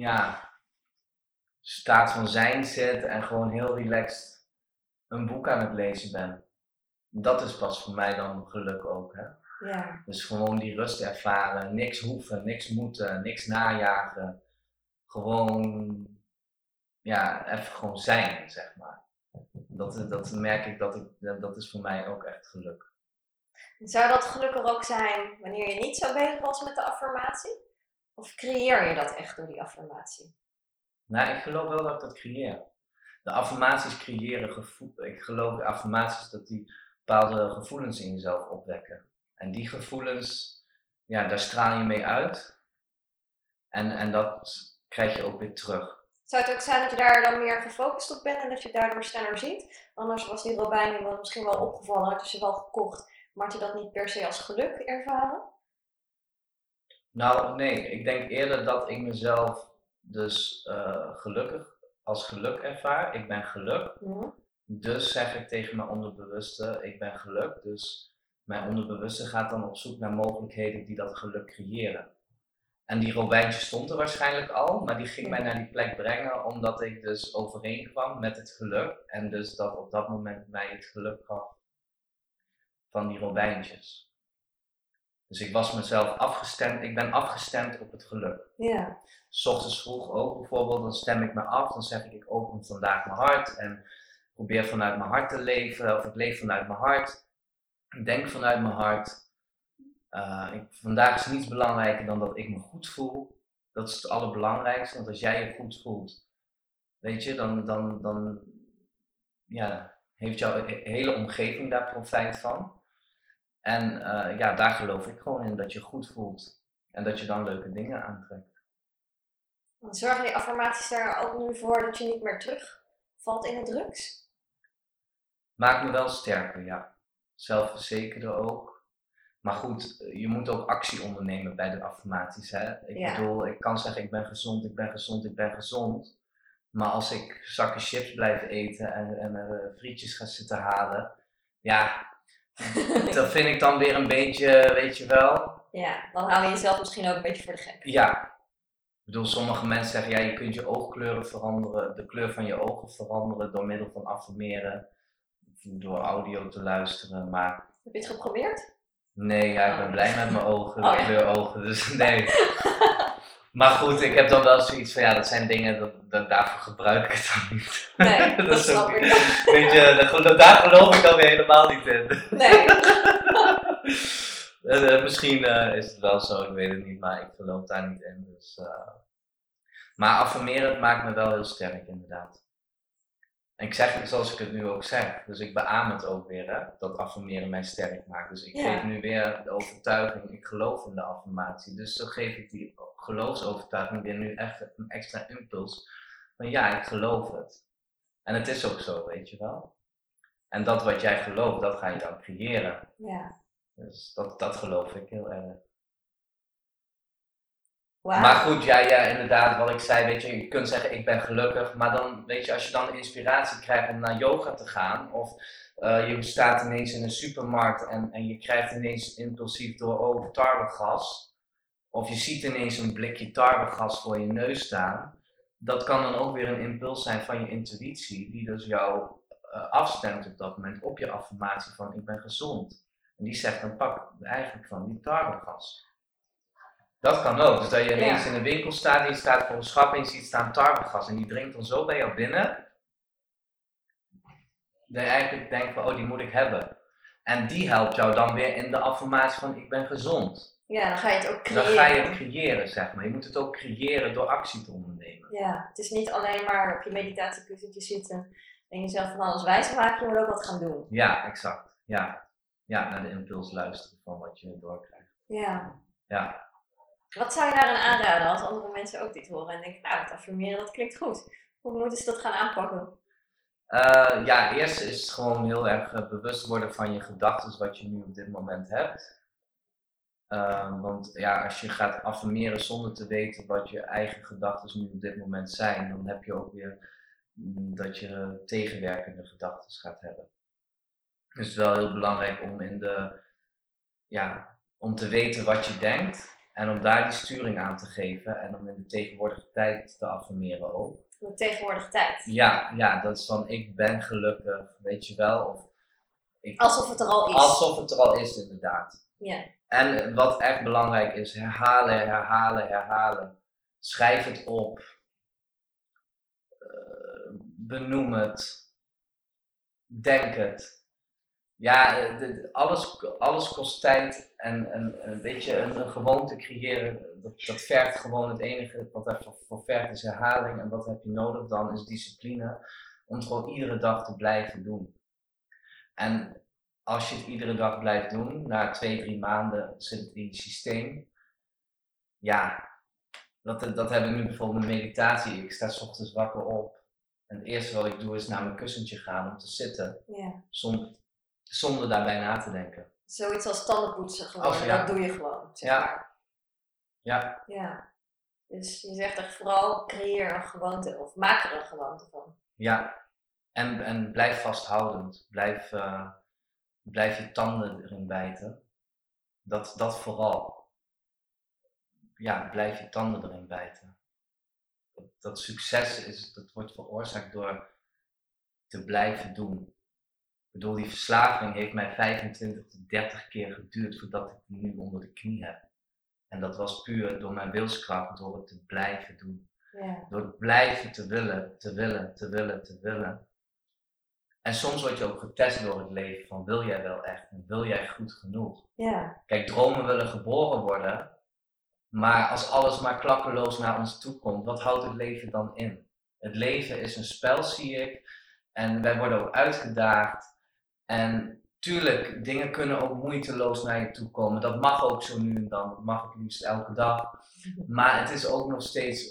staat van zijn zit en gewoon heel relaxed een boek aan het lezen ben. Dat is pas voor mij dan geluk ook, hè. Ja. Dus gewoon die rust ervaren, niks hoeven, niks moeten, niks najagen. Gewoon, ja, even gewoon zijn, zeg maar. Dat merk ik, dat is voor mij ook echt geluk. Zou dat geluk er ook zijn wanneer je niet zo bezig was met de affirmatie? Of creëer je dat echt door die affirmatie? Nou, ik geloof wel dat ik dat creëer. De affirmaties creëren ik geloof de affirmaties dat die bepaalde gevoelens in jezelf opwekken. En die gevoelens, ja, daar straal je mee uit. En dat krijg je ook weer terug. Zou het ook zijn dat je daar dan meer gefocust op bent en dat je het daardoor sneller ziet? Anders was die robijn wel misschien wel opgevallen, had je ze wel gekocht, maar had je dat niet per se als geluk ervaren? Nou, nee. Ik denk eerder dat ik mezelf dus als geluk ervaar. Ik ben geluk. Dus zeg ik tegen mijn onderbewuste, ik ben geluk. Dus mijn onderbewuste gaat dan op zoek naar mogelijkheden die dat geluk creëren. En die robijntje stond er waarschijnlijk al, maar die ging mij naar die plek brengen omdat ik dus overeen kwam met het geluk. En dus dat op dat moment mij het geluk gaf van die robijntjes. Dus ik was mezelf afgestemd, ik ben afgestemd op het geluk. Ja. 's Ochtends vroeg ook bijvoorbeeld, dan stem ik me af, dan zeg ik open vandaag mijn hart en probeer vanuit mijn hart te leven, of ik leef vanuit mijn hart. Ik denk vanuit mijn hart. Vandaag is niets belangrijker dan dat ik me goed voel. Dat is het allerbelangrijkste, want als jij je goed voelt, weet je, dan heeft jouw hele omgeving daar profijt van. En daar geloof ik gewoon in, dat je goed voelt en dat je dan leuke dingen aantrekt. Zorgen die affirmaties er ook nu voor dat je niet meer terugvalt in de drugs? Maakt me wel sterker, ja. Zelfverzekerder ook. Maar goed, je moet ook actie ondernemen bij de affirmaties. Hè? Ik bedoel, ik kan zeggen ik ben gezond, ik ben gezond, ik ben gezond. Maar als ik zakken chips blijf eten en frietjes ga zitten halen, ja, dat vind ik dan weer een beetje, weet je wel. Ja, dan hou je jezelf misschien ook een beetje voor de gek. Ja. Ik bedoel, sommige mensen zeggen, ja, je kunt je oogkleuren veranderen, de kleur van je ogen veranderen door middel van affirmeren, door audio te luisteren, maar... Heb je het geprobeerd? Nee, ja, ik ben blij met mijn ogen, de kleurogen, dus nee. Maar goed, ik heb dan wel zoiets van, ja, dat zijn dingen, daarvoor gebruik ik het dan niet. Nee, dat snap ik. Weet je, daar geloof ik dan weer helemaal niet in. Nee. Misschien is het wel zo, ik weet het niet, maar ik geloof daar niet in. Dus, maar affirmeren maakt me wel heel sterk, inderdaad. En ik zeg het zoals ik het nu ook zeg, dus ik beaam het ook weer, hè, dat affirmeren mij sterk maakt. Dus ik geef nu weer de overtuiging, ik geloof in de affirmatie. Dus dan geef ik die geloofsovertuiging weer nu echt een extra impuls. Van ja, ik geloof het. En het is ook zo, weet je wel. En dat wat jij gelooft, dat ga je dan creëren. Ja. Dus dat geloof ik heel erg. Wow. Maar goed, ja, inderdaad, wat ik zei, weet je kunt zeggen ik ben gelukkig, maar dan, weet je, als je dan inspiratie krijgt om naar yoga te gaan, of je staat ineens in een supermarkt en je krijgt ineens impulsief door tarwegas, of je ziet ineens een blikje tarwegas voor je neus staan, dat kan dan ook weer een impuls zijn van je intuïtie, die dus jou afstemt op dat moment op je affirmatie van ik ben gezond. En die zegt dan pak eigenlijk van die tarwegas. Dat kan ook. Dus dat je ineens in een winkel staat en je staat voor een schap en je ziet staan tarwegas en die dringt dan zo bij jou binnen. Dat je eigenlijk denkt van oh die moet ik hebben. En die helpt jou dan weer in de affirmatie van ik ben gezond. Ja, dan ga je het ook creëren. Dan ga je het creëren, zeg maar. Je moet het ook creëren door actie te ondernemen. Ja, het is niet alleen maar op je meditatiekussentje zitten en jezelf van alles wijs maken, je moet ook wat gaan doen. Ja, exact. Ja, naar de impuls luisteren van wat je doorkrijgt. Ja. Wat zou je daarin aanraden als andere mensen ook dit horen en denken, nou, het affirmeren, dat klinkt goed. Hoe moeten ze dat gaan aanpakken? Eerst is het gewoon heel erg bewust worden van je gedachten, wat je nu op dit moment hebt. Want ja, als je gaat affirmeren zonder te weten wat je eigen gedachten nu op dit moment zijn, dan heb je ook weer dat je tegenwerkende gedachten gaat hebben. Dus het is wel heel belangrijk om te weten wat je denkt. En om daar die sturing aan te geven en om in de tegenwoordige tijd te affirmeren ook. De tegenwoordige tijd? Ja, dat is van ik ben gelukkig, weet je wel. Of alsof het er al is. Alsof het er al is, inderdaad. Ja. En wat echt belangrijk is, herhalen. Schrijf het op. Benoem het. Denk het. Ja, alles kost tijd en weet je, een gewoonte creëren, dat vergt gewoon het enige wat ervoor vergt is herhaling en wat heb je nodig dan is discipline om het gewoon iedere dag te blijven doen. En als je het iedere dag blijft doen, na 2-3 maanden zit het in je systeem. Ja, dat heb ik nu bijvoorbeeld met meditatie. Ik sta 's ochtends wakker op en het eerste wat ik doe is naar mijn kussentje gaan om te zitten. Ja. Zonder daarbij na te denken. Zoiets als tandenpoetsen gewoon, dat doe je gewoon, zeg maar. Ja. Dus je zegt echt vooral creëer een gewoonte of maak er een gewoonte van. Ja, en blijf vasthoudend. Blijf je tanden erin bijten. Dat vooral. Ja, blijf je tanden erin bijten. Dat succes dat wordt veroorzaakt door te blijven doen. Ik bedoel, die verslaving heeft mij 25 tot 30 keer geduurd voordat ik het nu onder de knie heb. En dat was puur door mijn wilskracht, door het te blijven doen. Ja. Door het blijven te willen. En soms word je ook getest door het leven van wil jij wel echt en wil jij goed genoeg? Ja. Kijk, dromen willen geboren worden, maar als alles maar klakkeloos naar ons toe komt, wat houdt het leven dan in? Het leven is een spel, zie ik. En wij worden ook uitgedaagd. En tuurlijk, dingen kunnen ook moeiteloos naar je toe komen. Dat mag ook zo nu en dan. Dat mag het liefst elke dag. Maar het is ook nog steeds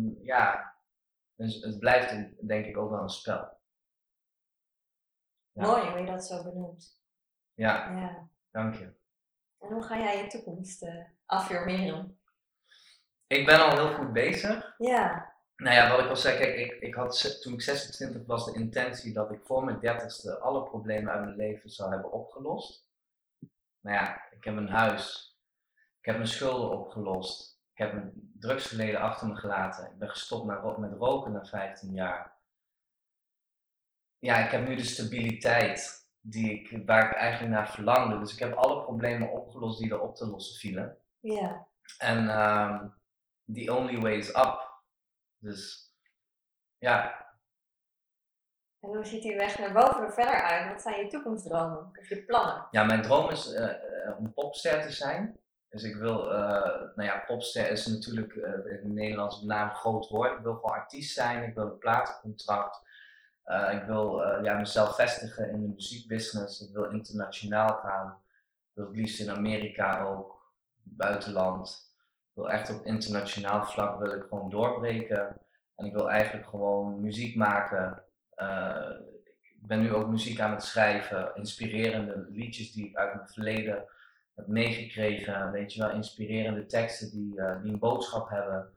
het blijft denk ik ook wel een spel. Ja. Mooi hoe je dat zo benoemt. Ja, Ja. dank je. En hoe ga jij je toekomst affirmeren? Ik ben al heel goed bezig. Ja. Nou ja, wat ik al zei, kijk, ik had toen ik 26 was de intentie dat ik voor mijn 30ste alle problemen uit mijn leven zou hebben opgelost. Nou ja, ik heb een huis, ik heb mijn schulden opgelost, ik heb mijn drugsverleden achter me gelaten, ik ben gestopt met roken na 15 jaar. Ja, ik heb nu de stabiliteit waar ik eigenlijk naar verlangde, dus ik heb alle problemen opgelost die er op te lossen vielen. Ja. En the only way is up. Dus ja. En hoe ziet die weg naar boven er verder uit? Wat zijn je toekomstdromen of je plannen? Ja, mijn droom is om popster te zijn. Dus ik wil, popster is natuurlijk in het Nederlands een naam groot woord. Ik wil gewoon artiest zijn, ik wil een platencontract. Ik wil mezelf vestigen in de muziekbusiness. Ik wil internationaal gaan. Ik wil het liefst in Amerika ook, buitenland. Ik wil echt op internationaal vlak wil ik gewoon doorbreken. En ik wil eigenlijk gewoon muziek maken. Ik ben nu ook muziek aan het schrijven, inspirerende liedjes die ik uit mijn verleden heb meegekregen. Weet je wel, inspirerende teksten die een boodschap hebben.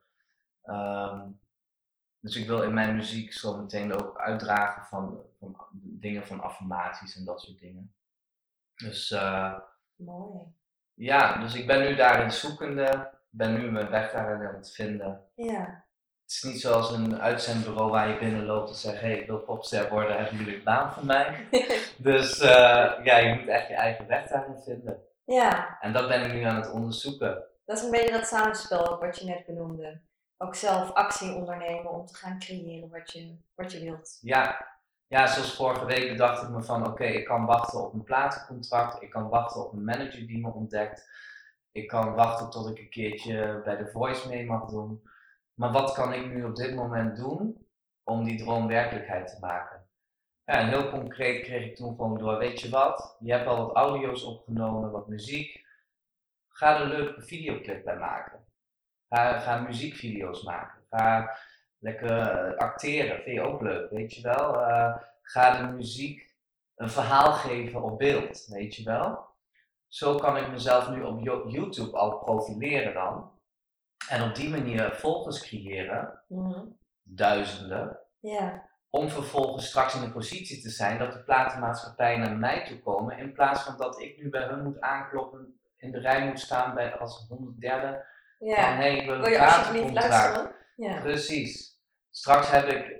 Dus ik wil in mijn muziek zo meteen ook uitdragen van dingen van affirmaties en dat soort dingen. Dus mooi. Ja, dus ik ben nu daarin zoekende. Ik ben nu mijn weg daarin aan het vinden. Ja. Het is niet zoals een uitzendbureau waar je binnenloopt en zegt, hey, ik wil popster worden, hebben jullie een baan voor mij? Dus je moet echt je eigen weg daarin vinden. Ja. En dat ben ik nu aan het onderzoeken. Dat is een beetje dat samenspel ook wat je net benoemde. Ook zelf actie ondernemen om te gaan creëren wat je wilt. Ja, zoals vorige week bedacht ik me van, oké, ik kan wachten op een platencontract, ik kan wachten op een manager die me ontdekt, ik kan wachten tot ik een keertje bij The Voice mee mag doen. Maar wat kan ik nu op dit moment doen om die droom werkelijkheid te maken? Ja, en heel concreet kreeg ik toen gewoon door, weet je wat, je hebt al wat audio's opgenomen, wat muziek, ga er een leuke videoclip bij maken. Ga muziekvideo's maken, ga lekker acteren, vind je ook leuk, weet je wel. Ga de muziek een verhaal geven op beeld, weet je wel. Zo kan ik mezelf nu op YouTube al profileren dan. En op die manier volgers creëren, duizenden, om vervolgens straks in de positie te zijn dat de platenmaatschappijen naar mij toe komen, in plaats van dat ik nu bij hun moet aankloppen, in de rij moet staan bij als 103e, van hey, ik wil een platencontract. Ja. Precies. Straks heb ik,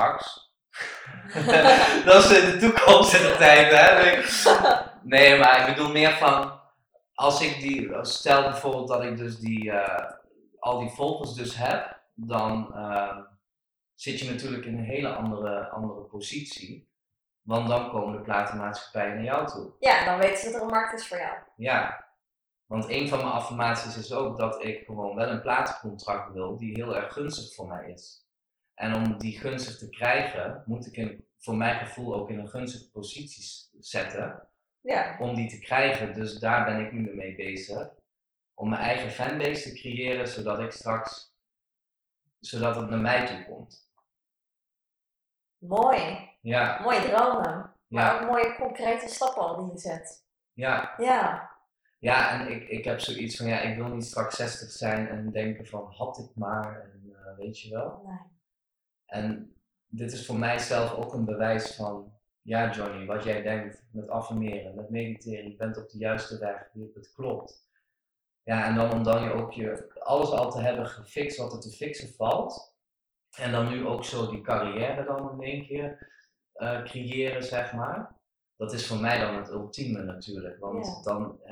dat is in de toekomst in de tijd, hè. Nee, maar ik bedoel meer van, stel bijvoorbeeld dat ik dus al die volgers dus heb, dan zit je natuurlijk in een hele andere positie. Want dan komen de platenmaatschappijen naar jou toe. Ja, dan weten ze dat er een markt is voor jou. Ja, want een van mijn affirmaties is ook dat ik gewoon wel een platencontract wil die heel erg gunstig voor mij is. En om die gunstig te krijgen, moet ik voor mijn gevoel ook in een gunstige positie zetten. Ja. Om die te krijgen, dus daar ben ik nu mee bezig. Om mijn eigen fanbase te creëren, zodat het naar mij toe komt. Mooi. Ja. Mooie dromen. Maar ook mooie concrete stappen al die je zet. Ja. Ja. Ja, en ik heb zoiets van, ik wil niet straks 60 zijn en denken van, had ik maar, en weet je wel. Nee. En dit is voor mijzelf ook een bewijs van, ja Johnny, wat jij denkt met affirmeren, met mediteren, je bent op de juiste weg, het klopt. Ja, en dan om dan ook alles al te hebben gefixt wat er te fixen valt. En dan nu ook zo die carrière dan in één keer creëren, zeg maar. Dat is voor mij dan het ultieme natuurlijk. Want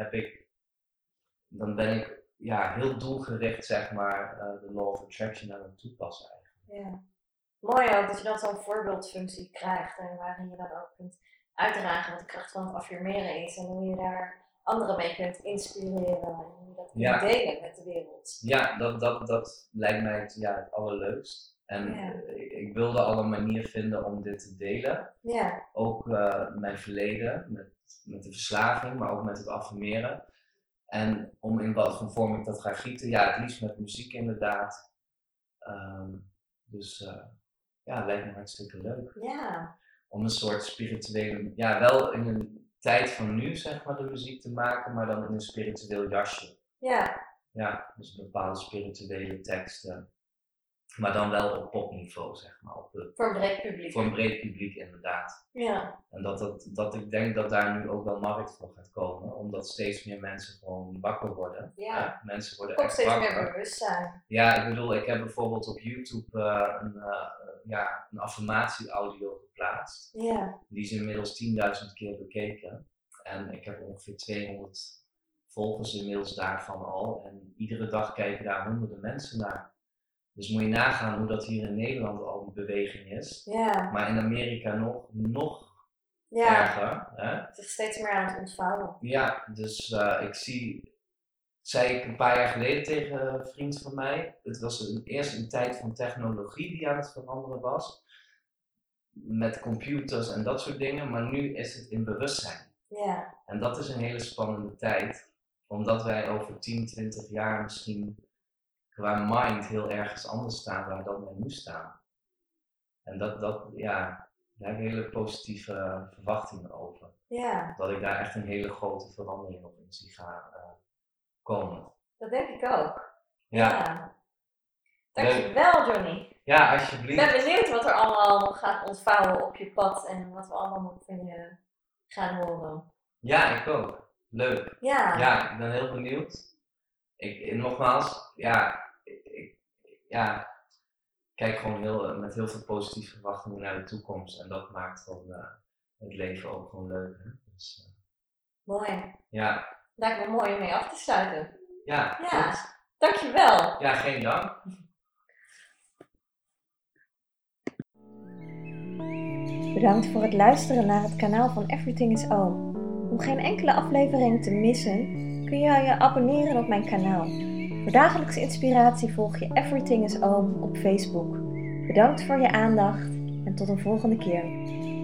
dan ben ik heel doelgericht, zeg maar, de law of attraction aan het toepassen eigenlijk. Ja. Mooi ook dat je dan zo'n voorbeeldfunctie krijgt en waarin je dan ook kunt uitdragen wat de kracht van het affirmeren is en hoe je daar anderen mee kunt inspireren en hoe je dat kunt delen met de wereld. Ja, dat lijkt mij het allerleukst. En ik wilde al een manier vinden om dit te delen. Ja. Ook mijn verleden, met de verslaving, maar ook met het affirmeren. En om in wat voor vorm ik dat ga gieten, ja, het liefst met muziek inderdaad. Het lijkt me hartstikke leuk. Ja. Om een soort spirituele, ja, wel in een tijd van nu, zeg maar, de muziek te maken, maar dan in een spiritueel jasje. Ja. Ja, dus bepaalde spirituele teksten. Maar dan wel op popniveau, zeg maar. Voor een breed publiek. Voor een breed publiek, inderdaad. Ja. En dat ik denk dat daar nu ook wel markt voor gaat komen, omdat steeds meer mensen gewoon wakker worden. Ja. Mensen worden ook echt steeds wakker. meer bewustzijn. Ja, ik bedoel, ik heb bijvoorbeeld op YouTube een affirmatie-audio geplaatst. Ja. Die is inmiddels 10.000 keer bekeken. En ik heb ongeveer 200 volgers inmiddels daarvan al. En iedere dag kijken daar honderden mensen naar. Dus moet je nagaan hoe dat hier in Nederland al die beweging is. Ja. Maar in Amerika nog erger. Hè? Het is steeds meer aan het ontvouwen. Ja, dus zei ik een paar jaar geleden tegen een vriend van mij. Het was eerst een tijd van technologie die aan het veranderen was. Met computers en dat soort dingen. Maar nu is het in bewustzijn. Ja. En dat is een hele spannende tijd. Omdat wij over 10, 20 jaar misschien qua mind heel ergens anders staan waar dat wij nu staan. En daar heb ik hele positieve verwachtingen over. Ja. Dat ik daar echt een hele grote verandering op in zie gaan komen. Dat denk ik ook. Ja. Dankjewel, Johnny. Ja, alsjeblieft. Ik ben benieuwd wat er allemaal gaat ontvouwen op je pad en wat we allemaal van je gaan horen. Ja, ik ook. Leuk. Ja. Ja, ik ben heel benieuwd. Nogmaals, ik kijk gewoon met heel veel positieve verwachtingen naar de toekomst. En dat maakt gewoon het leven ook gewoon leuk. Hè? Dus, mooi. Ja. Lijkt me mooi om mee af te sluiten. Ja, goed. Dankjewel. Ja, geen dank. Bedankt voor het luisteren naar het kanaal van Everything is Oom. Om geen enkele aflevering te missen, kun je je abonneren op mijn kanaal. Voor dagelijkse inspiratie volg je Everything is Oom op Facebook. Bedankt voor je aandacht en tot een volgende keer.